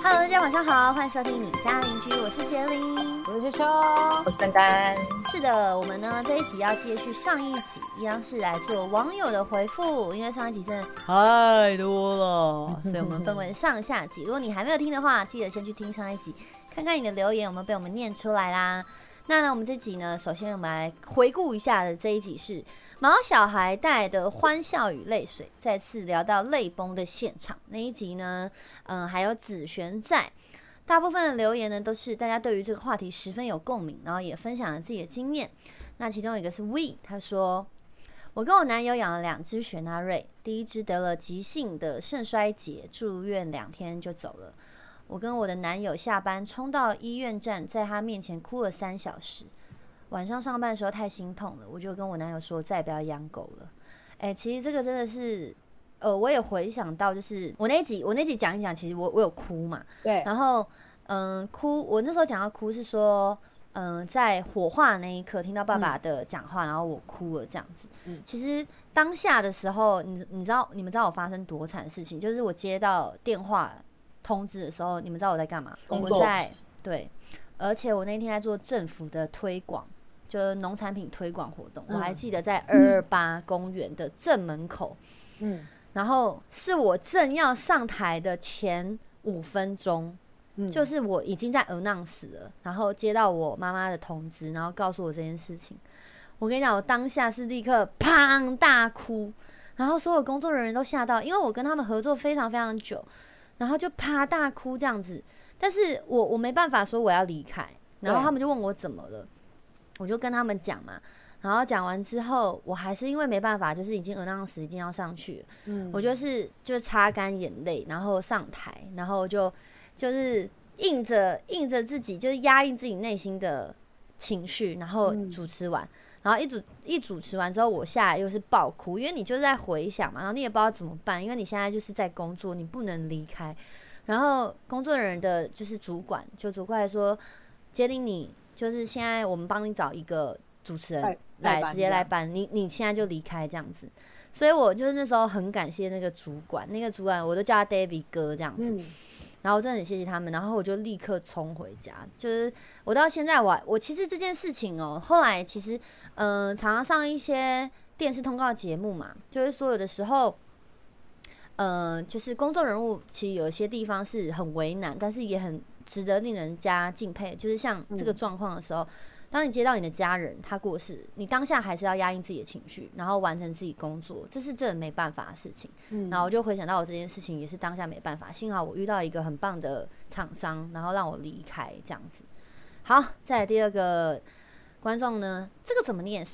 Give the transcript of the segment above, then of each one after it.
Hello， 大家晚上好，欢迎收听你家邻居，我是杰林， 我是秋秋， 我是丹丹。 是的，我们呢这一集要接续上一集，一样是来做网友的回复，因为上一集真的太多了，所以我们分为上下集。如果你还没有听的话，记得先去听上一集，看看你的留言有没有被我们念出来啦。那呢，我们这集呢，首先我们来回顾一下的这一集是毛小孩带来的欢笑与泪水，再次聊到泪崩的现场那一集呢，还有子璇在。大部分的留言呢，都是大家对于这个话题十分有共鸣，然后也分享了自己的经验。那其中有一个是 We， 他说：“我跟我男友养了2只雪纳瑞，第一只得了急性的肾衰竭，住院2天就走了。我跟我的男友下班冲到医院站，在他面前哭了3小时。晚上上班的时候太心痛了，我就跟我男友说再也不要养狗了。其实这个真的是，我也回想到，就是我那集讲一讲，其实我有哭嘛， 对， 然后哭，我那时候讲到哭是说，在火化那一刻听到爸爸的讲话，然后我哭了这样子。其实当下的时候，你们知道我发生多惨的事情，就是我接到电话通知的时候，你们知道我在干嘛？ 工作。 对，而且我那天在做政府的推广，就是农产品推广活动。我还记得在228公园的正门口，然后是我正要上台的前5分钟，就是我已经在announce了，然后接到我妈妈的通知，然后告诉我这件事情。我跟你讲，我当下是立刻砰大哭，然后所有工作人员都吓到，因为我跟他们合作非常非常久。然后就啪大哭这样子，但是我没办法说我要离开，然后他们就问我怎么了，我就跟他们讲嘛，然后讲完之后，我还是因为没办法，就是已经announce已经要上去了，我就擦干眼泪，然后上台，然后就是硬着自己，就是压抑自己内心的情绪，然后主持完。然后一主持完之后，我下来又是爆哭，因为你就是在回想嘛，然后你也不知道怎么办，因为你现在就是在工作，你不能离开。然后工作人员的就是主管就走过来说：“杰林，你就是现在我们帮你找一个主持人来直接来办，你现在就离开这样子。”所以我就是那时候很感谢那个主管我都叫他 David 哥这样子。然后我真的很谢谢他们，然后我就立刻冲回家。就是我到现在我其实这件事情后来其实常常上一些电视通告节目嘛，就是说有的时候就是公众人物其实有些地方是很为难，但是也很值得令人家敬佩。就是像这个状况的时候，当你接到你的家人他过世，你当下还是要压抑自己的情绪，然后完成自己工作，这是真的没办法的事情。然后我就回想到我这件事情也是当下没办法，幸好我遇到一个很棒的厂商，然后让我离开这样子。好，再来第二个观众呢，这个怎么念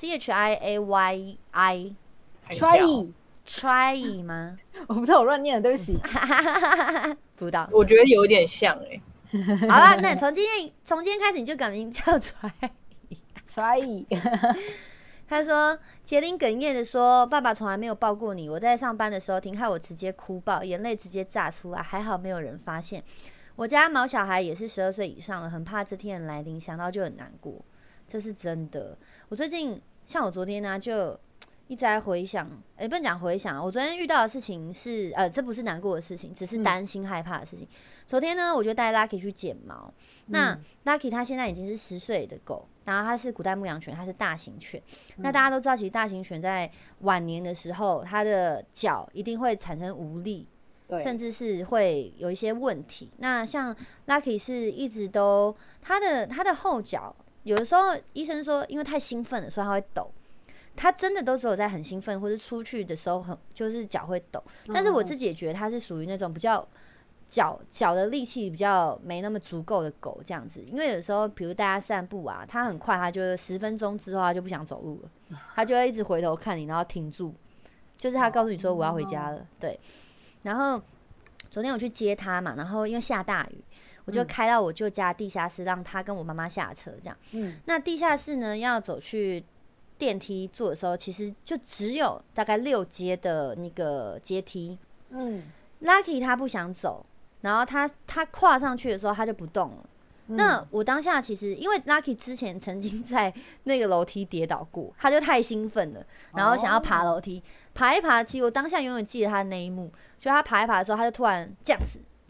？CHIAYI try 吗？ 我不知道我乱念的，对不起。 不知道， 我觉得有点像好了，那从今天开始你就改名叫 try。他说杰林哽咽的说：“爸爸从来没有抱过你，我在上班的时候听，害我直接哭爆，眼泪直接炸出来，还好没有人发现。我家毛小孩也是12岁以上了，很怕这天的来临，想到就很难过，这是真的。我最近像我昨天呢，就一直在回想，不能讲回想，我昨天遇到的事情是，这不是难过的事情，只是担心害怕的事情。昨天呢，我就带 Lucky 去剪毛。那 Lucky 他现在已经是10岁的狗，然后他是古代牧羊犬，他是大型犬。那大家都知道，其实大型犬在晚年的时候，它的脚一定会产生无力，甚至是会有一些问题。那像 Lucky 是一直都他的后脚，有的时候医生说，因为太兴奋了，所以他会抖。他真的都只有在很兴奋或是出去的时候就是脚会抖，但是我自己也觉得他是属于那种比较脚的力气比较没那么足够的狗这样子，因为有时候比如大家散步啊，他很快，他就10分钟之后他就不想走路了，他就会一直回头看你，然后停住，就是他告诉你说我要回家了，对。然后昨天我去接他嘛，然后因为下大雨，我就开到我舅家地下室，让他跟我妈妈下车这样。那地下室呢，要走去电梯坐的时候，其实就只有大概6阶的那个阶梯。Lucky 他不想走，然后他跨上去的时候，他就不动了。那我当下其实因为 Lucky 之前曾经在那个楼梯跌倒过，他就太兴奋了，然后想要爬楼梯，爬一爬。其实我当下永远记得他的那一幕，就他爬一爬的时候，他就突然这样子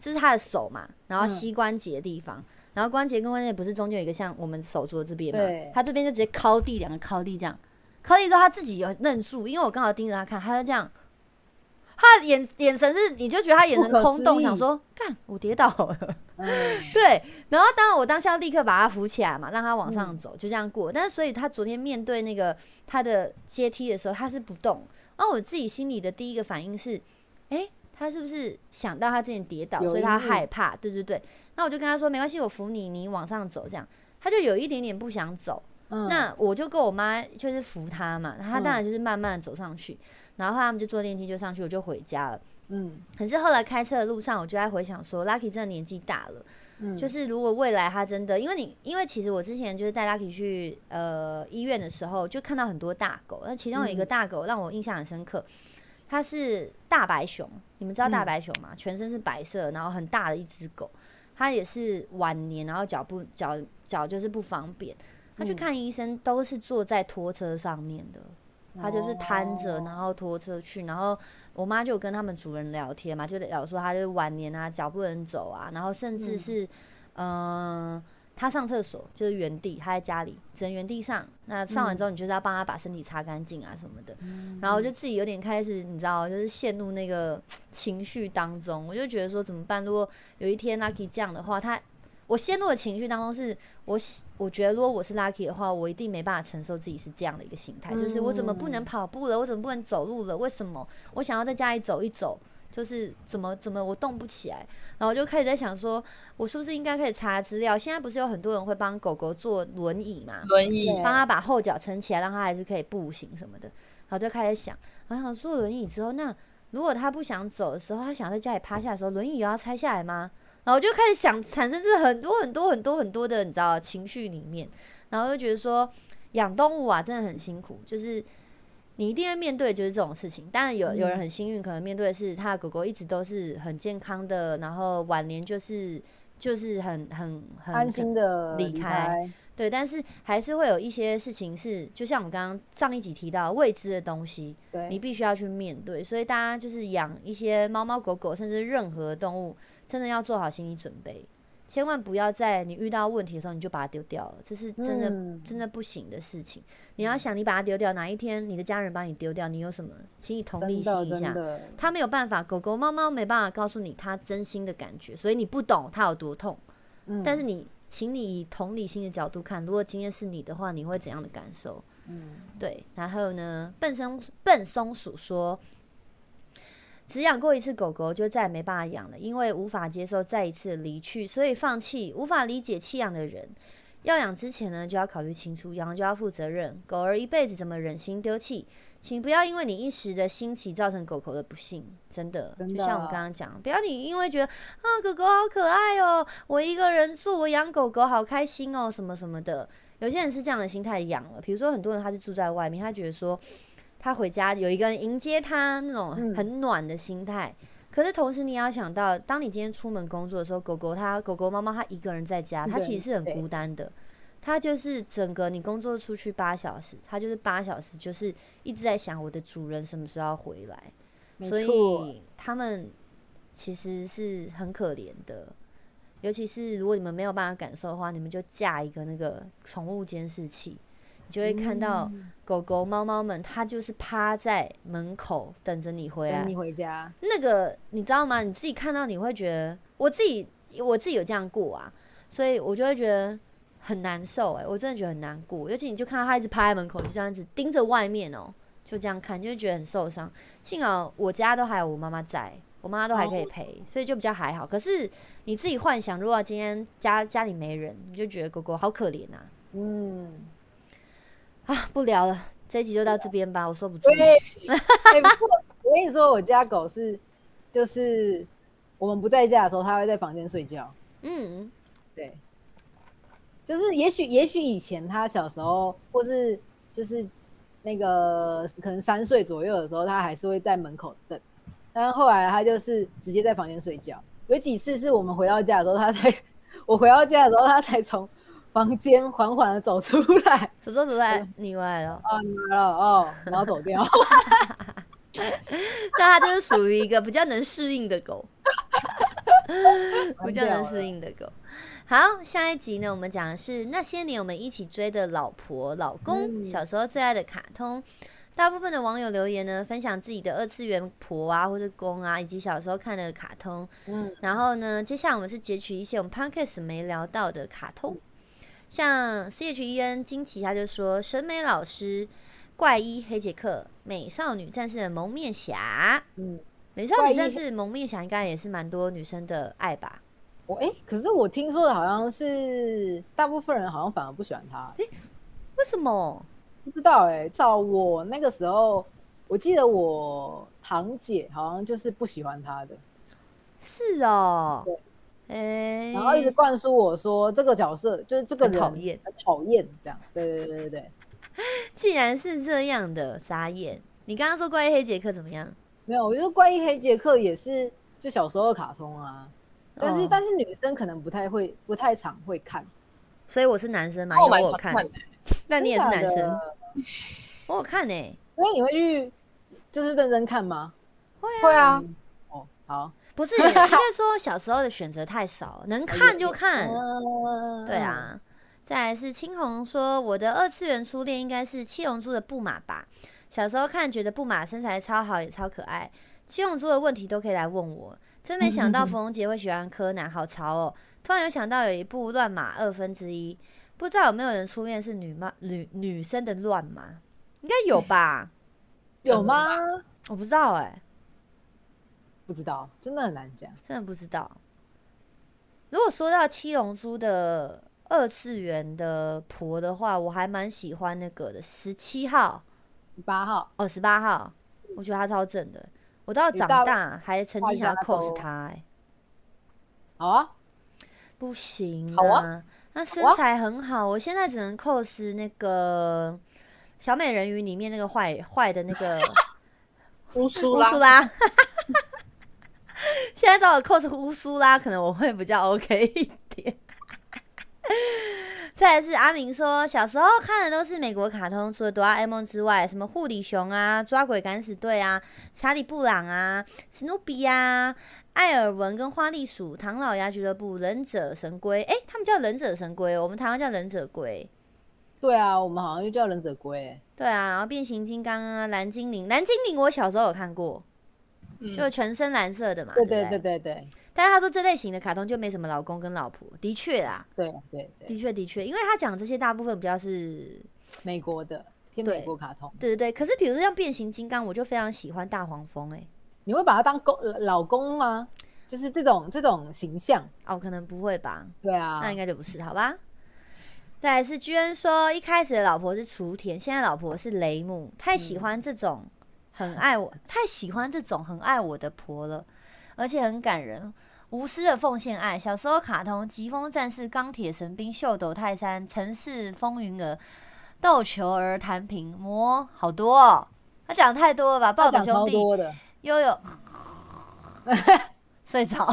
这是它的手嘛，然后膝关节的地方，然后关节跟关节不是中间有一个像我们手肘这边嘛，它这边就直接敲地，两个敲地这样，敲地之后他自己有愣住，因为我刚好盯着他看，他就这样。他的眼神是，你就觉得他眼神空洞，想说干我跌倒了，对。然后我当下立刻把他扶起来嘛，让他往上走，就这样过。但是所以他昨天面对那个他的阶梯的时候，他是不动。然后我自己心里的第一个反应是，他是不是想到他之前跌倒，所以他害怕？对对对。那我就跟他说没关系，我扶你，你往上走这样。他就有一点点不想走。那我就跟我妈就是扶他嘛，他当然就是慢慢的走上去，然后他们就坐电梯就上去，我就回家了。可是后来开车的路上，我就在回想说 ，Lucky 真的年纪大了，就是如果未来他真的，因为其实我之前就是带 Lucky 去医院的时候，就看到很多大狗，那其中有一个大狗让我印象很深刻，它是大白熊，你们知道大白熊吗？全身是白色，然后很大的一只狗，它也是晚年，然后脚就是不方便。他去看医生都是坐在拖车上面的，他就是瘫着，然后拖车去，然后我妈就跟他们主人聊天嘛，就聊说他就是晚年啊，脚不能走啊，然后甚至是他上厕所就是原地，他在家里只能原地上，那上完之后你就是要帮他把身体擦干净啊什么的，然后我就自己有点开始你知道，就是陷入那个情绪当中，我就觉得说怎么办？如果有一天 Lucky 这样的话，我陷入的情绪当中是我觉得如果我是 Lucky 的话，我一定没办法承受自己是这样的一个心态，就是我怎么不能跑步了，我怎么不能走路了？为什么我想要在家里走一走，就是怎么我动不起来？然后我就开始在想说，我是不是应该可以查资料？现在不是有很多人会帮狗狗做轮椅嘛？ 轮椅帮他把后脚撑起来，让他还是可以步行什么的。然后就开始想，然后想做轮椅之后，那如果他不想走的时候，他想在家里趴下的时候，轮椅也要拆下来吗？然后我就开始想，产生这很多的你知道情绪里面，然后就觉得说养动物啊真的很辛苦，就是你一定会面对就是这种事情。当然有人很幸运，可能面对的是他的狗狗一直都是很健康的，然后晚年就是很安心的离开。 对，但是还是会有一些事情是，就像我们刚刚上一集提到未知的东西，你必须要去面对。所以大家就是养一些猫猫狗狗，甚至任何动物，真的要做好心理准备，千万不要在你遇到问题的时候你就把它丢掉了，这是真的不行的事情。你要想，你把它丢掉，哪一天你的家人把你丢掉，你有什么？请你同理心一下，他没有办法，狗狗、猫猫没办法告诉你他真心的感觉，所以你不懂他有多痛。但是请你以同理心的角度看，如果今天是你的话，你会怎样的感受？对。然后呢，笨松鼠说，只养过一次狗狗就再也没办法养了，因为无法接受再一次的离去，所以放弃。无法理解弃养的人，要养之前呢就要考虑清楚，养就要负责任。狗儿一辈子怎么忍心丢弃？请不要因为你一时的兴起造成狗狗的不幸，真的就像我们刚刚讲，不要你因为觉得啊狗狗好可爱哦，我一个人住，我养狗狗好开心哦，什么什么的。有些人是这样的心态养了，比如说很多人他是住在外面，他觉得说他回家有一个人迎接他那种很暖的心态。可是同时你要想到，当你今天出门工作的时候，狗狗猫猫它一个人在家，它其实是很孤单的。他就是整个你工作出去8小时，他就是8小时，就是一直在想我的主人什么时候要回来，所以他们其实是很可怜的。尤其是如果你们没有办法感受的话，你们就架一个那个宠物监视器，你就会看到狗狗猫猫们，它就是趴在门口等着你回来， 等你回家。 那个你知道吗？你自己看到你会觉得，我自己有这样过啊，所以我就会觉得很难受。我真的觉得很难过，尤其你就看到他一直趴在门口，就这样子盯着外面哦，就这样看，就会觉得很受伤。幸好我家都还有我妈妈在，我妈妈都还可以陪，所以就比较还好。可是你自己幻想，如果今天家里没人，你就觉得狗狗好可怜啊。不聊了，这一集就到这边吧，我说不住。 我跟你说，我家狗就是我们不在家的时候，它会在房间睡觉。对。就是也许以前他小时候，或是就是那个可能3岁左右的时候，他还是会在门口等，但是后来他就是直接在房间睡觉。有几次是我们回到家的时候，我回到家的时候，他才从房间缓缓的走出来。 走出来，你回来了你来了哦，然后走掉。 那他就是属于一个比较能适应的狗。 不叫能适应的狗。好，下一集呢，我们讲的是那些年我们一起追的老婆、老公，小时候最爱的卡通。大部分的网友留言呢，分享自己的二次元婆啊，或是公啊，以及小时候看的卡通。然后呢，接下来我们是截取一些我们 Podcast 没聊到的卡通，像 CHEN 金奇他就说，审美老师、怪医黑杰克、美少女战士的蒙面侠。美少女战士蒙面侠应该也是蛮多女生的爱吧？ 可是我听说的好像是大部分人好像反而不喜欢他。 为什么？ 不知道照我那个时候，我记得我堂姐好像就是不喜欢他的。 是哦。 对。然后一直灌输我说这个角色就是这个人很讨厌这样。对。 既然是这样的，傻眼。你刚刚说怪异黑杰克怎么样？ 没有，我觉得怪异黑杰克也是就小时候的卡通啊。但是女生可能不太常会看。 所以我是男生嘛，因为我有看。那你也是男生？我有看所以你会去就是认真看吗？ 会啊。 好， 不是，应该说小时候的选择太少，能看就看。对啊。再来是青红说，我的二次元初恋应该是七龙珠的布马吧。小时候看觉得布马身材超好，也超可爱。七龙珠的问题都可以来问我，真没想到冯杰会喜欢柯南，好潮哦！突然有想到有一部乱马1/2，不知道有没有人初恋是女生的乱马？应该有吧？ 有吗？ 我不知道不知道，真的很难讲， 真的不知道。如果说到七龙珠的二次元的婆的话，我还蛮喜欢那个的17号、 18号 18号，我觉得他超正的。我到长大还曾经想要 cos 他好啊， 不行好啊， 那身材很好，我现在只能 cos 那个小美人鱼里面那个坏的那个乌苏拉。 现在找我 cos 乌苏拉，可能我会比较 OK 一点。再来是阿明说，小时候看的都是美国卡通，除了哆啦 A 梦之外，什么护理熊啊、抓鬼敢死队啊、查理布朗啊、史努比啊、艾尔文跟花栗鼠、唐老鸭俱乐部、忍者神龟，他们叫忍者神龟，我们台湾叫忍者龟。 对啊，我们好像就叫忍者龟。 对啊，然后变形金刚啊、蓝精灵我小时候有看过，就全身蓝色的嘛。 对。 但是他说这类型的卡通就没什么老公跟老婆，的确啦。 对， 的确，因为他讲这些大部分比较是美国的偏美国卡通。 对。可是比如说像变形金刚，我就非常喜欢大黄蜂。 你会把他当老公吗？就是这种形象？ 可能不会吧。对啊， 那应该就不是，好吧。再来是居恩说，一开始的老婆是雏田，现在老婆是雷姆，太喜欢这种很爱我的婆了，而且很感人，无私的奉献爱。小时候卡通《疾风战士》《钢铁神兵》《秀斗泰山》《城市风云儿》《斗球儿弹平》好多哦，他讲太多了吧？暴走兄弟、悠悠睡着，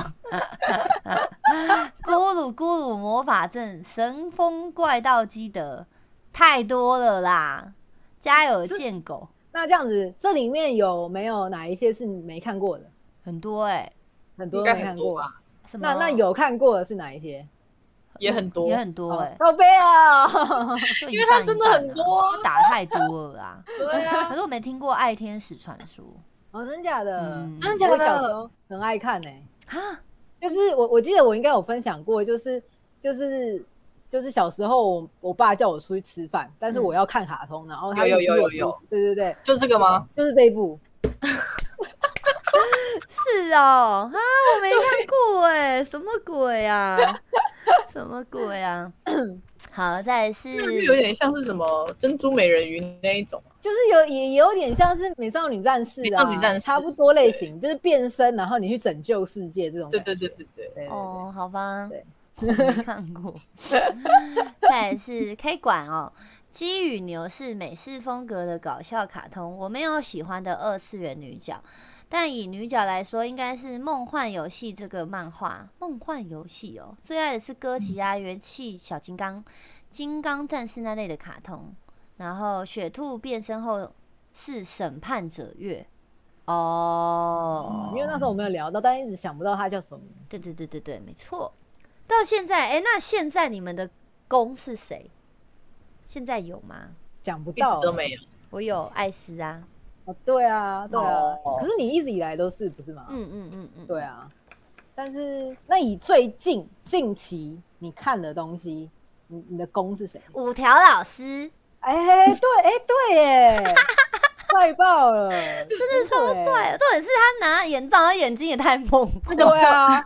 咕噜魔法阵、神风怪盗基德，太多了啦！家有贱狗。 那这样子，这里面有没有哪一些是你没看过的？ 很多很多没看过吧？那有看过的是哪一些？ 也很多好悲啊！ 因为它真的很多， 打太多了啦。 对啊。 可是我没听过《爱天使传说》。 真假的？ 真的假的？ 我小时候很爱看就是我记得我应该有分享过，就是小时候我爸叫我出去吃饭，但是我要看卡通，然后他有， 对， 就是这个吗？ 就是这一部。 是哦，我没看过什么鬼啊？什么鬼啊？好，再来是有点像是什么珍珠美人鱼那一种， 就是也有点像是美少女战士差不多类型，就是变身，然后你去拯救世界这种。 对。 哦，好吧，我没看过。再来是 K 馆鸡与牛是美式风格的搞笑卡通，我没有喜欢的二次元女角。但以女角来说，应该是《梦幻游戏》这个漫画。梦幻游戏最爱的是哥吉拉、元气小金刚、金刚战士那类的卡通。然后雪兔变身后是审判者月， 哦， 因为那时候我没有聊到，但一直想不到他叫什么名字。 对，没错。到现在，那现在你们的公是谁？现在有吗？ 讲不到， 一直都没有。 我有艾斯啊。 对啊。可是你一直以来都是不是吗？对啊。但是那以最近你看的东西，你的公是谁？ 五条老师。 对耶，帅爆了， 真的超帅的。重点是他拿眼罩，他眼睛也太猛了。 对啊。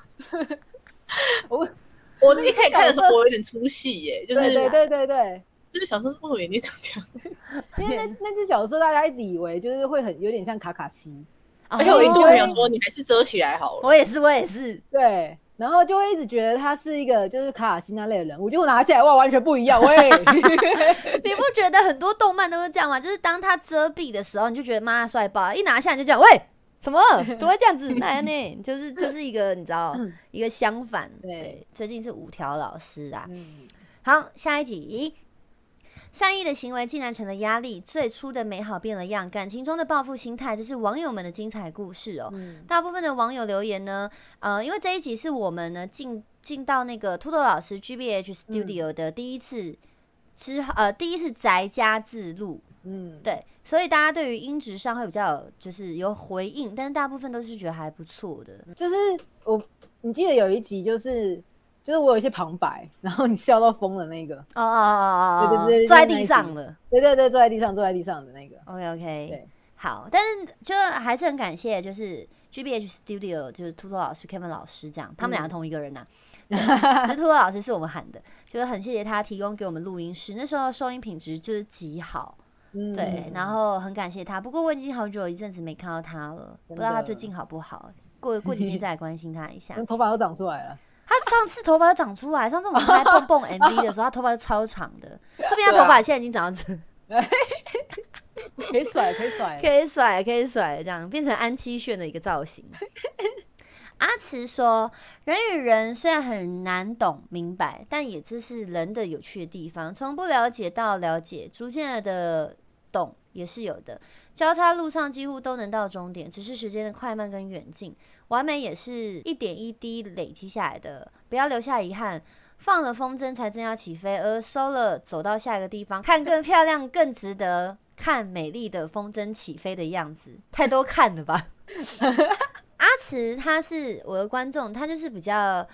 我一开始看的时候，我有点出戏耶，就是对， 就是想说为什么眼睛长这样？ 因为那只角色大家一直以为就是会有点像卡卡西， 而且我一直会想说你还是遮起来好了。 我也是。 对，然后就会一直觉得他是一个就是卡卡西那类的人物，结果拿起来哇，完全不一样。喂， 你不觉得很多动漫都是这样吗？就是当他遮蔽的时候，你就觉得妈帅爆，一拿下来就讲喂。什么？怎么会这样子？那呢？就是一个你知道，一个相反。对，最近是五条老师啊。好，下一集，善意的行为竟然成了压力，最初的美好变了样，感情中的报复心态，这是网友们的精彩故事哦。大部分的网友留言呢，因为这一集是我们呢进到那个秃头老师 GBH Studio 的第一次第一次宅家自录。对，所以大家对于音质上会比较就是有回应，但是大部分都是觉得还不错的。 就是你记得有一集就是我有一些旁白，然后你笑到疯的那个。对， 坐在地上的。 对，坐在地上的那个。 OK， 对， 好，但是就还是很感谢，就是 GBH Studio 就是秃头老师 Kevin 老师这样，他们两个同一个人呐。只是秃头老师是我们喊的，就是很谢谢他提供给我们录音室，那时候收音品质就是极好。对，然后很感谢他。不过我已经好久一阵子没看到他了，不知道他最近好不好。过几天再来关心他一下。 头发都长出来了。 他上次头发就长出来，上次我们拍蹦蹦 MV 的时候，他头发就超长的。说明他头发现在已经长到这。 可以甩， 这样变成安七炫的一个造型。阿慈说：“人与人虽然很难懂明白，但也这是人的有趣的地方。从不了解到了解，逐渐的懂也是有的。交叉路上几乎都能到终点，只是时间的快慢跟远近。完美也是一点一滴累积下来的，不要留下遗憾。放了风筝才正要起飞，而收了走到下一个地方，看更漂亮、更值得看美丽的风筝起飞的样子。太多看了吧？”阿慈他是我的观众，他就是比较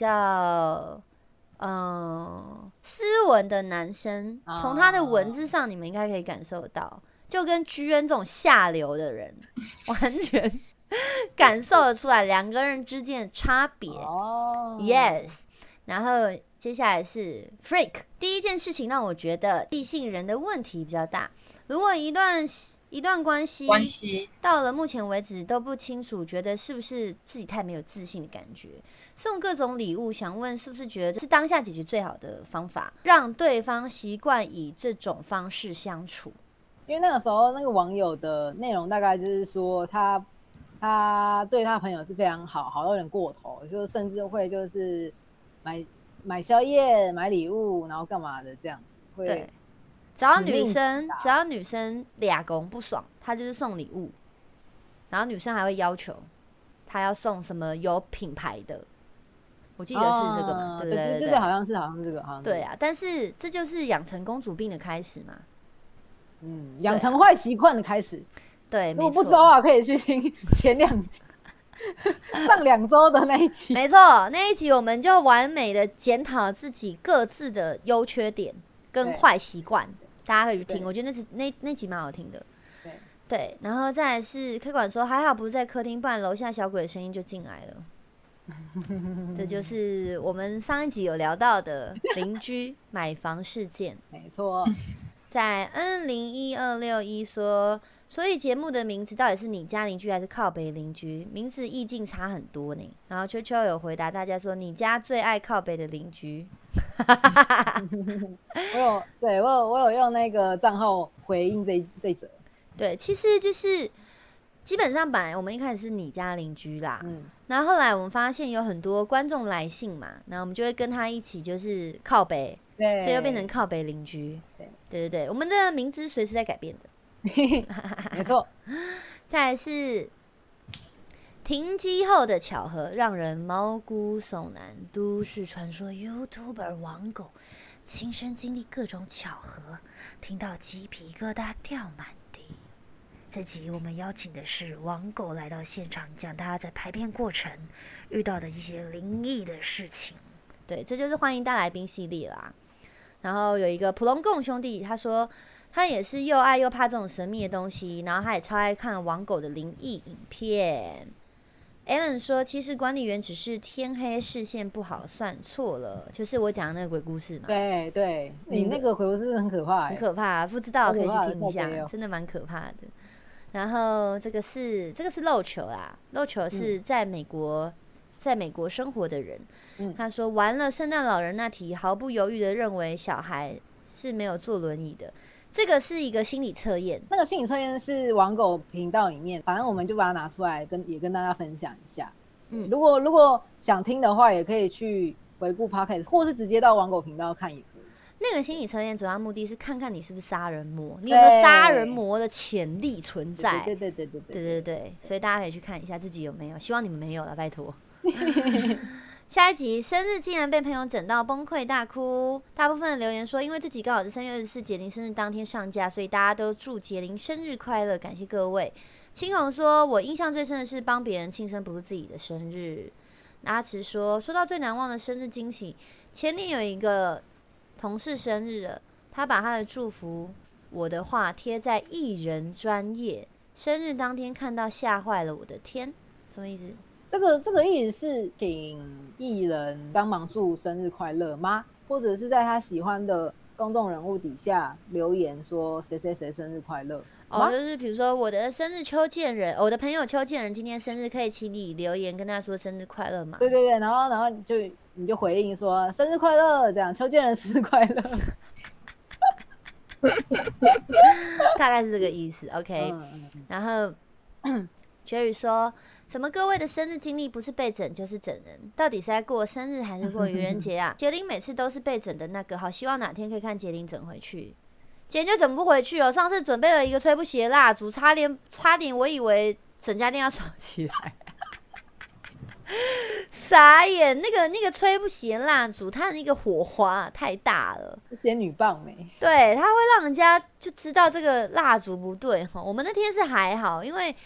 斯文的男生，从他的文字上你们应该可以感受到，就跟居恩这种下流的人完全感受得出来两个人之间的差别。Yes， 然后接下来是 Freak， 第一件事情让我觉得异性人的问题比较大。如果一段关系到了目前为止都不清楚，觉得是不是自己太没有自信的感觉，送各种礼物，想问是不是觉得这是当下解决最好的方法，让对方习惯以这种方式相处。 因为那个时候那个网友的内容大概就是说他对他朋友是非常好到有点过头，就甚至会就是买宵夜、买礼物，然后干嘛的这样子。 对。只要女生俩公不爽，他就是送礼物，然后女生还会要求他要送什么有品牌的，我记得是这个嘛，对不对？ 对，好像是这个， 对啊。但是这就是养成公主病的开始嘛， 养成坏习惯的开始。 对， 如果不知道啊，可以去听前2集上2周的那一集。 没错，那一集我们就完美的检讨自己各自的优缺点跟坏习惯。大家可以去听，我觉得那集蛮好听的。对，然后再来是 K 管说还好不是在客厅，不然楼下小鬼的声音就进来了。这就是我们上一集有聊到的邻居买房事件。 没错， 在 N01261 说，所以节目的名字到底是你家邻居还是靠北邻居？名字意境差很多呢。然后秋秋有回答大家说，你家最爱靠北的邻居。 我有用那个账号回应这则。 对，其实就是基本上本来我们一开始是你家邻居啦，然后后来我们发现有很多观众来信嘛，然后我们就会跟他一起就是靠北，所以又变成靠北邻居。对，我们的名字随时在改变的。 没错。 再来是停机后的巧合让人毛骨悚然，都市传说 YouTuber 网狗亲身经历各种巧合，听到鸡皮疙瘩掉满地。这集我们邀请的是网狗来到现场，讲他在拍片过程遇到的一些灵异的事情。对，这就是欢迎大来宾系列啦。然后有一个普龙贡兄弟，他说他也是又爱又怕这种神秘的东西，然后他也超爱看网狗的灵异影片。Alan 说，其实管理员只是天黑视线不好算错了，就是我讲的那个鬼故事嘛。 对对，你那个鬼故事很可怕， 很可怕，不知道可以去听一下，真的蛮可怕的。然后这个是漏球啦，漏球是在美国生活的人，他说完了圣诞老人那题，毫不犹豫的认为小孩是没有坐轮椅的。这个是一个心理测验， 那个心理测验是网狗频道里面，反正我们就把它拿出来跟大家分享一下。如果想听的话，也可以去回顾 Podcast， 或是直接到网狗频道看也可以。 那个心理测验主要目的是看看你是不是杀人魔，你有没有杀人魔的潜力存在。对，所以大家可以去看一下自己有没有，希望你们没有了，拜托。下一集生日竟然被朋友整到崩溃大哭，大部分的留言说因为自己刚好是3月24杰林生日当天上架，所以大家都祝杰林生日快乐，感谢各位。青红说我印象最深的是帮别人庆生，不是自己的生日。阿池说到最难忘的生日惊喜，前年有一个同事生日了，他把他的祝福我的话贴在艺人专页，生日当天看到吓坏了，我的天，什么意思？ 这个意思是请艺人帮忙祝生日快乐吗？或者是在他喜欢的公众人物底下留言说谁谁谁生日快乐？ 就是比如说我的生日邱建仁，我的朋友邱建仁今天生日，可以请你留言跟他说生日快乐吗？ 对，然后你就回应说生日快乐，这样邱建仁生日快乐。 大概是这个意思 ，OK。然后Jerry 说，怎么各位的生日经历不是被整就是整人？到底是在过生日还是过愚人节啊？杰林每次都是被整的那个，好希望哪天可以看杰林整回去。杰林就整不回去了，上次准备了一个吹不熄的蜡烛，差点我以为整家店要烧起来。傻眼，那个吹不熄的蜡烛，它的那个火花太大了， 仙女棒没？ 对，它会让人家就知道这个蜡烛不对哈。我们那天是还好，因为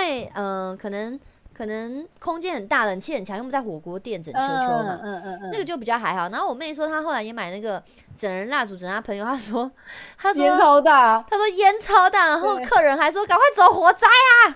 可能空间很大，冷气很强，因为我们在火锅店整秋秋嘛，那个就比较还好。然后我妹说她后来也买那个整人蜡烛，整她朋友，她说烟超大， 她说烟超大，然后客人还说赶快走火灾啊。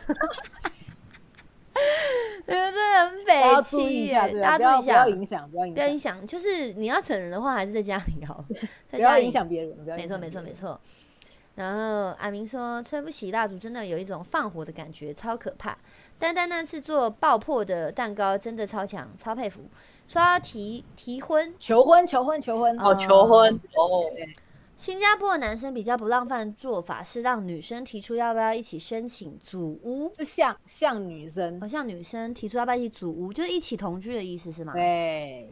真的很北七耶！大家注意一下，不要影响。就是你要整人的话，还是在家里好， 不要影响别人。 没错。然后阿明说，吹不熄蜡烛真的有一种放火的感觉，超可怕。丹丹那次做爆破的蛋糕真的超强，超佩服。说要求婚哦。新加坡的男生比较不浪漫的做法是让女生提出要不要一起申请组屋， 是像女生， 像女生提出要不要一起组屋，就是一起同居的意思是吗？ 对。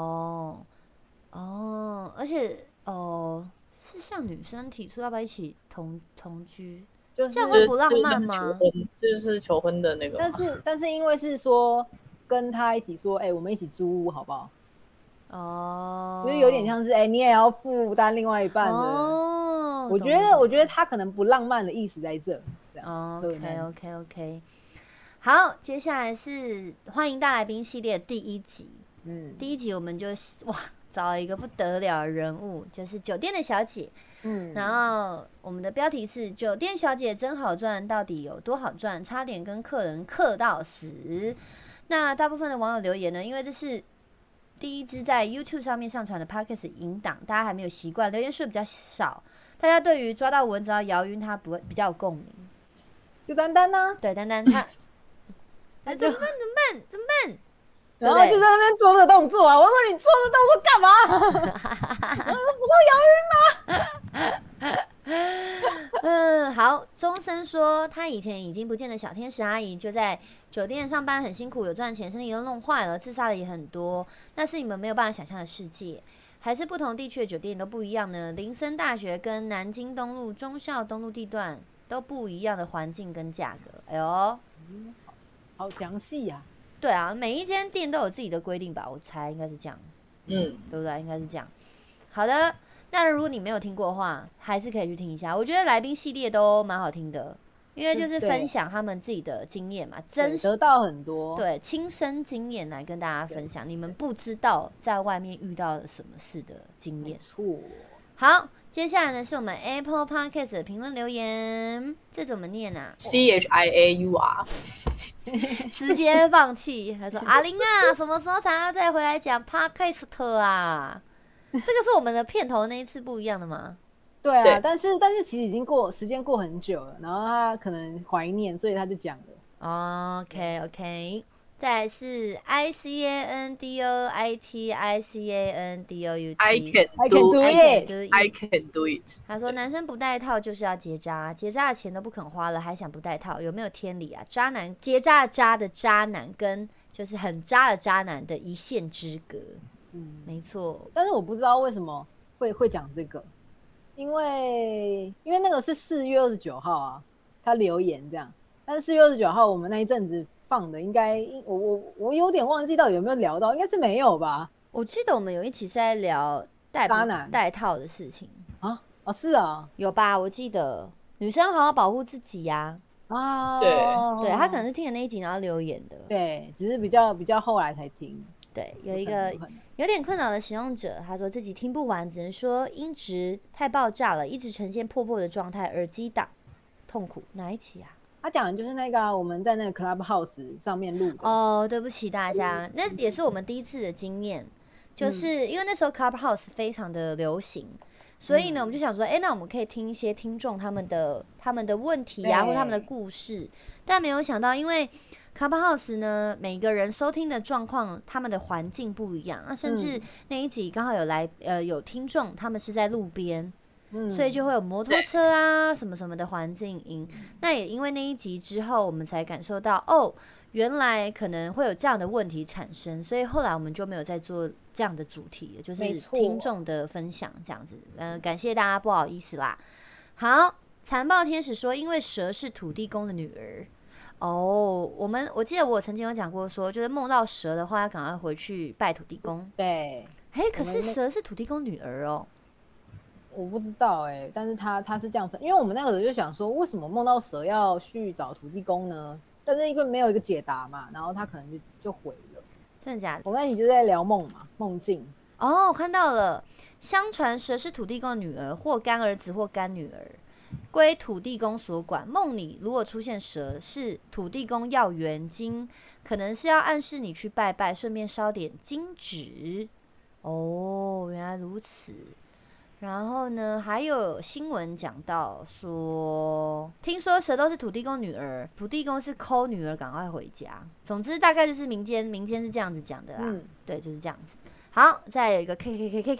而且是像女生提出要不要一起同居， 就是这样会不浪漫吗？ 就是求婚的那个。 但是因为是说跟他一起说，我们一起租屋好不好？就是有点像是你也要负担另外一半的。我觉得他可能不浪漫的意思在这。 OK。好，接下来是欢迎大来宾系列的第一集。第一集我们就找了一个不得了的人物，就是酒店的小姐。然后我们的标题是酒店小姐真好赚，到底有多好赚？差点跟客人客到死。那大部分的网友留言呢，因为这是第一支在 YouTube 上面上传的 Podcast 引档，大家还没有习惯，留言数比较少，大家对于抓到蚊子要摇晕它不会比较有共鸣。 就丹丹呢？ 对，丹丹她怎么办？ 然后就在那边做这个动作啊！我说你做这动作干嘛？我说不是摇晕吗？好，钟声说他以前已经不见的小天使阿姨就在酒店上班很辛苦，有赚钱，身体都弄坏了，自杀的也很多，那是你们没有办法想象的世界。还是不同地区的酒店都不一样呢？林森大学跟南京东路、忠孝东路地段都不一样的环境跟价格。哎呦， 好详细呀。 对啊，每一间店都有自己的规定吧，我猜应该是这样。对不对？应该是这样。好的，那如果你没有听过的话，还是可以去听一下。我觉得来宾系列都蛮好听的，因为就是分享他们自己的经验嘛，真实得到很多， 对亲身经验来跟大家分享。你们不知道在外面遇到了什么事的经验。 错。 好，接下来呢是我们 Apple Podcast 的评论留言，这怎么念啊 ？CHIAUR， 直接放弃。他说：“阿玲啊，什么时候才要再回来讲 Podcast 啊？这个是我们的片头那一次不一样的吗？” 对啊，但是其实已经时间过很久了，然后他可能怀念，所以他就讲了。 OK， 再来是 ICANDOITICANDOUT I can do it。 他说男生不戴套就是要结扎，结扎的钱都不肯花了，还想不戴套，有没有天理啊？渣男结扎渣的渣男跟就是很渣的渣男的一线之隔。没错。 但是我不知道为什么会讲这个，因为那个是4月29号啊，他留言这样，但是4月29号我们那一阵子放的，应该我有点忘记到底有没有聊到，应该是没有吧？ 我记得我们有一期是在聊戴不戴套的事情啊。哦，是啊， 有吧？我记得女生好好保护自己呀。对，他可能是听了那一集然后留言的。 对，只是比较后来才听。 对，有一个有点困扰的使用者，他说自己听不完，只能说音质太爆炸了，一直呈现破的状态，耳机档痛苦。哪一期啊？ 他讲的就是那个我们在那个 Clubhouse 上面录的。 哦，对不起大家，那也是我们第一次的经验，就是因为那时候 Clubhouse 非常的流行，所以呢，我们就想说，那我们可以听一些听众他们的问题啊，或他们的故事，但没有想到，因为Clubhouse 呢，每个人收听的状况，他们的环境不一样，那甚至那一集刚好有听众，他们是在路边。所以就会有摩托车啊什么什么的环境音。那也因为那一集之后，我们才感受到原来可能会有这样的问题产生，所以后来我们就没有再做这样的主题了，就是听众的分享这样子。感谢大家，不好意思啦。好，残暴天使说，因为蛇是土地公的女儿。我记得我曾经有讲过说，就是梦到蛇的话，要赶快回去拜土地公。 对， 可是蛇是土地公女儿哦。 我不知道但是他是这样分，因为我们那个时候就想说，为什么梦到蛇要去找土地公呢？但是因为没有一个解答嘛，然后他可能就毁了。 真的假的？ 我们一起就在聊梦嘛，梦境。 我看到了，相传蛇是土地公的女儿，或干儿子或干女儿，归土地公所管。梦里如果出现蛇，是土地公要元金，可能是要暗示你去拜拜，顺便烧点金纸。原来如此。然后呢，还有新闻讲到说，听说蛇都是土地公女儿，土地公是抠女儿赶快回家。总之大概就是民间是这样子讲的啦。对，就是这样子。好，再有一个 K，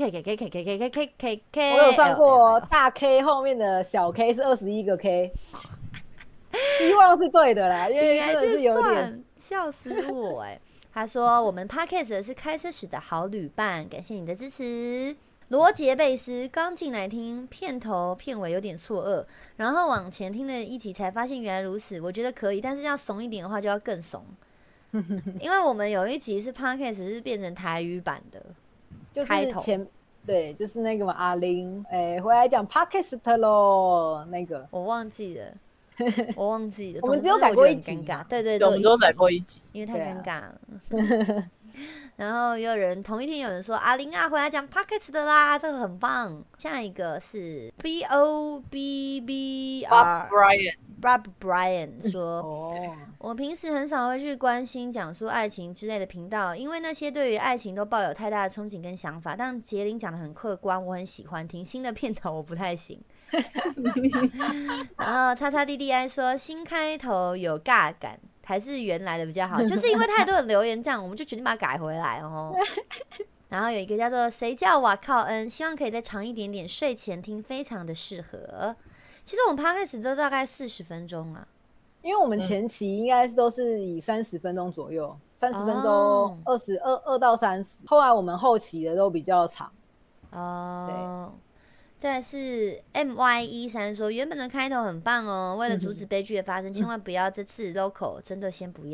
我有算过大 K 后面的小 K 是21个 K， 希望是对的啦，因为真的是有点笑死我他说我们 Podcast 是开车时的好旅伴，感谢你的支持。罗杰贝斯刚进来听片头片尾有点错愕，然后往前听了一集才发现原来如此。我觉得可以，但是要怂一点的话就要更怂，因为我们有一集是 Podcast 是变成台语版的， 就是开头对，就是那个嘛，阿玲回来讲 Podcast 咯，那个我忘记了。我们只有改过一集， 对， 我们只有改过一集， 因为太尴尬了。然后也有人同一天有人说阿玲啊回来讲 Podcast 的啦，这个很棒。下一个是 Bob Bryan 说我平时很少会去关心讲述爱情之类的频道，因为那些对于爱情都抱有太大的憧憬跟想法，但杰林讲的很客观，我很喜欢听。新的片头我不太行。然后叉叉弟弟爱说新开头有尬感，还是原来的比较好，就是因为太多的留言这样，我们就决定把它改回来然后有一个叫做谁叫我靠恩，希望可以再长一点点，睡前听非常的适合。其实我们 Podcast 都大概40分钟啊， 因为我们前期应该都是以30分钟左右，30分钟22到30，后来我们后期的都比较长。 对。再来是 MY13 说原本的开头很棒为了阻止悲剧的发生，千万不要这次 local 真的先不要。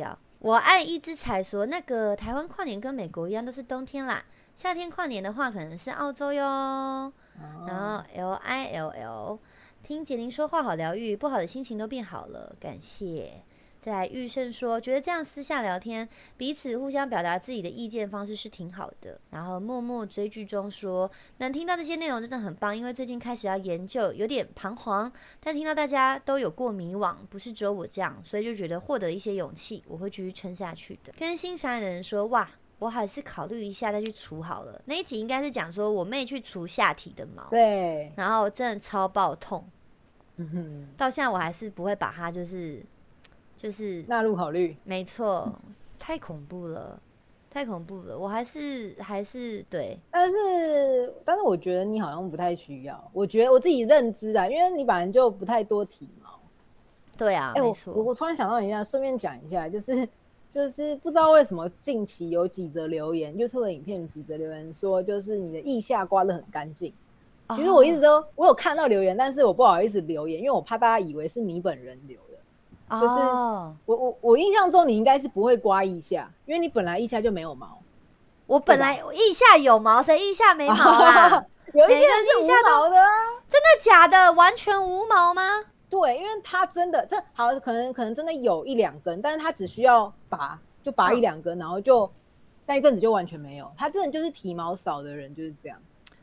我爱一只彩说，那个台湾跨年跟美国一样都是冬天啦，夏天跨年的话可能是澳洲哟。然后 LILL 听杰宁说话好疗愈，不好的心情都变好了，感谢。再来玉胜说，觉得这样私下聊天，彼此互相表达自己的意见方式是挺好的。然后默默追剧中说，能听到这些内容真的很棒，因为最近开始要研究，有点彷徨，但听到大家都有过迷惘，不是只有我这样，所以就觉得获得一些勇气，我会继续撑下去的。跟欣赏的人说，哇，我还是考虑一下再去除好了。那一集应该是讲说我妹去除下体的毛， 对， 然后真的超爆痛，到现在我还是不会把它就是纳入考虑， 没错，太恐怖了，太恐怖了，我还是对， 但是我觉得你好像不太需要，我觉得我自己认知啊，因为你本来就不太多体毛， 对啊，没错。 我突然想到一下，顺便讲一下，就是不知道为什么近期有几则留言 ，YouTube 的影片有几则留言说，就是你的腋下刮得很干净。其实我一直都我有看到留言，但是我不好意思留言，因为我怕大家以为是你本人留的。就是我印象中你应该是不会刮腋下，因为你本来腋下就没有毛。 我本来腋下有毛，谁腋下没毛啦？ 有一些人是无毛的啊， 真的假的？完全无毛吗？ 对，因为他真的好，可能真的有一两根，但是他只需要拔一两根，然后就那一阵子就完全没有。他真的就是体毛少的人就是这样。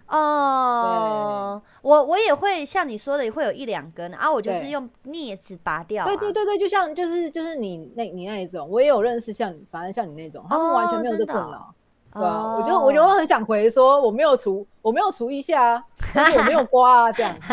哦，我也会像你说的，也会有一两根啊，我就是用镊子拔掉。 对，就像就是你那一种，我也有认识反正像你那种，他们完全没有这困扰。对啊，我就很想回说我没有除腋下啊，但是我没有刮啊，这样。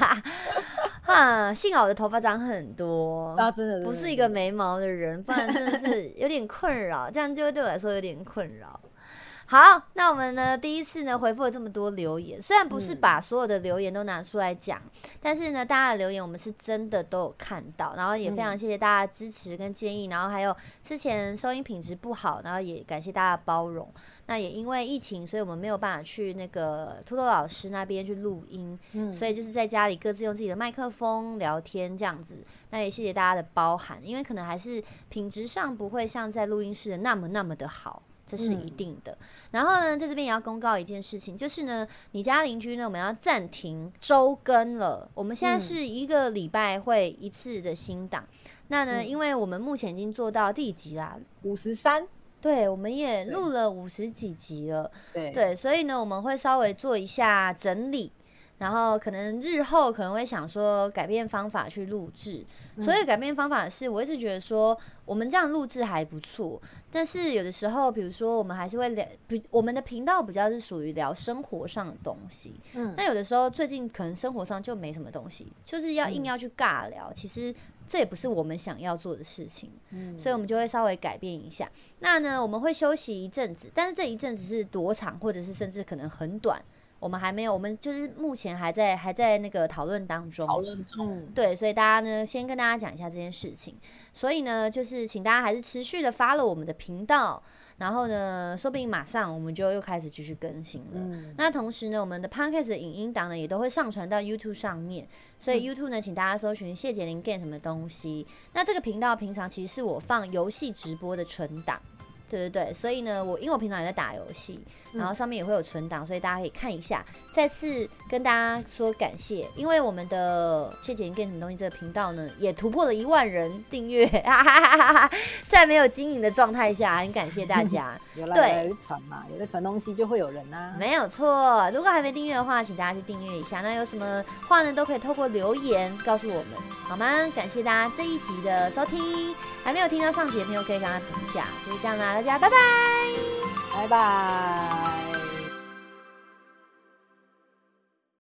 幸好我的头发长很多啊，真的不是一个没毛的人，不然真的是有点困扰，这样就会对我来说有点困扰。好，那我们呢第一次呢回复了这么多留言，虽然不是把所有的留言都拿出来讲，但是呢大家的留言我们是真的都有看到，然后也非常谢谢大家的支持跟建议，然后还有之前收音品质不好，然后也感谢大家的包容。那也因为疫情，所以我们没有办法去那个秃头老师那边去录音，所以就是在家里各自用自己的麦克风聊天这样子。那也谢谢大家的包涵，因为可能还是品质上不会像在录音室的那么的好。这是一定的。然后呢，在这边也要公告一件事情，就是呢，你家邻居呢，我们要暂停周更了。我们现在是一个礼拜会一次的新档。那呢，因为我们目前已经做到第几集啦 ？53。 对，我们也录了50几集了。 对， 所以呢，我们会稍微做一下整理。然后可能日后可能会想说改变方法去录制，所以改变方法是我一直觉得说我们这样录制还不错，但是有的时候比如说我们还是会聊，我们的频道比较是属于聊生活上的东西，那有的时候最近可能生活上就没什么东西，就是硬要去尬聊，其实这也不是我们想要做的事情，所以我们就会稍微改变一下。那呢我们会休息一阵子，但是这一阵子是多长，或者是甚至可能很短，我们还没有，我们就是目前还在那个讨论当中。对，所以大家呢，先跟大家讲一下这件事情。所以呢，就是请大家还是持续的 follow 我们的频道，然后呢，说不定马上我们就又开始继续更新了。那同时呢，我们的 podcast 的影音档呢，也都会上传到 YouTube 上面。所以 YouTube 呢，请大家搜寻谢杰林 game 什么东西。那这个频道平常其实是我放游戏直播的存档。对，所以呢，因为我平常也在打游戏，然后上面也会有存档，所以大家可以看一下。再次跟大家说感谢，因为我们的谢杰林 game 什么东西这个频道呢，也突破了1万人订阅，在没有经营的状态下，很感谢大家。 有在传嘛，有在传东西就会有人啊， 没有错。如果还没订阅的话，请大家去订阅一下。那有什么话呢，都可以透过留言告诉我们，好吗？感谢大家这一集的收听，还没有听到上集的朋友可以让他评一下，就是这样啦。大家拜拜， 拜拜。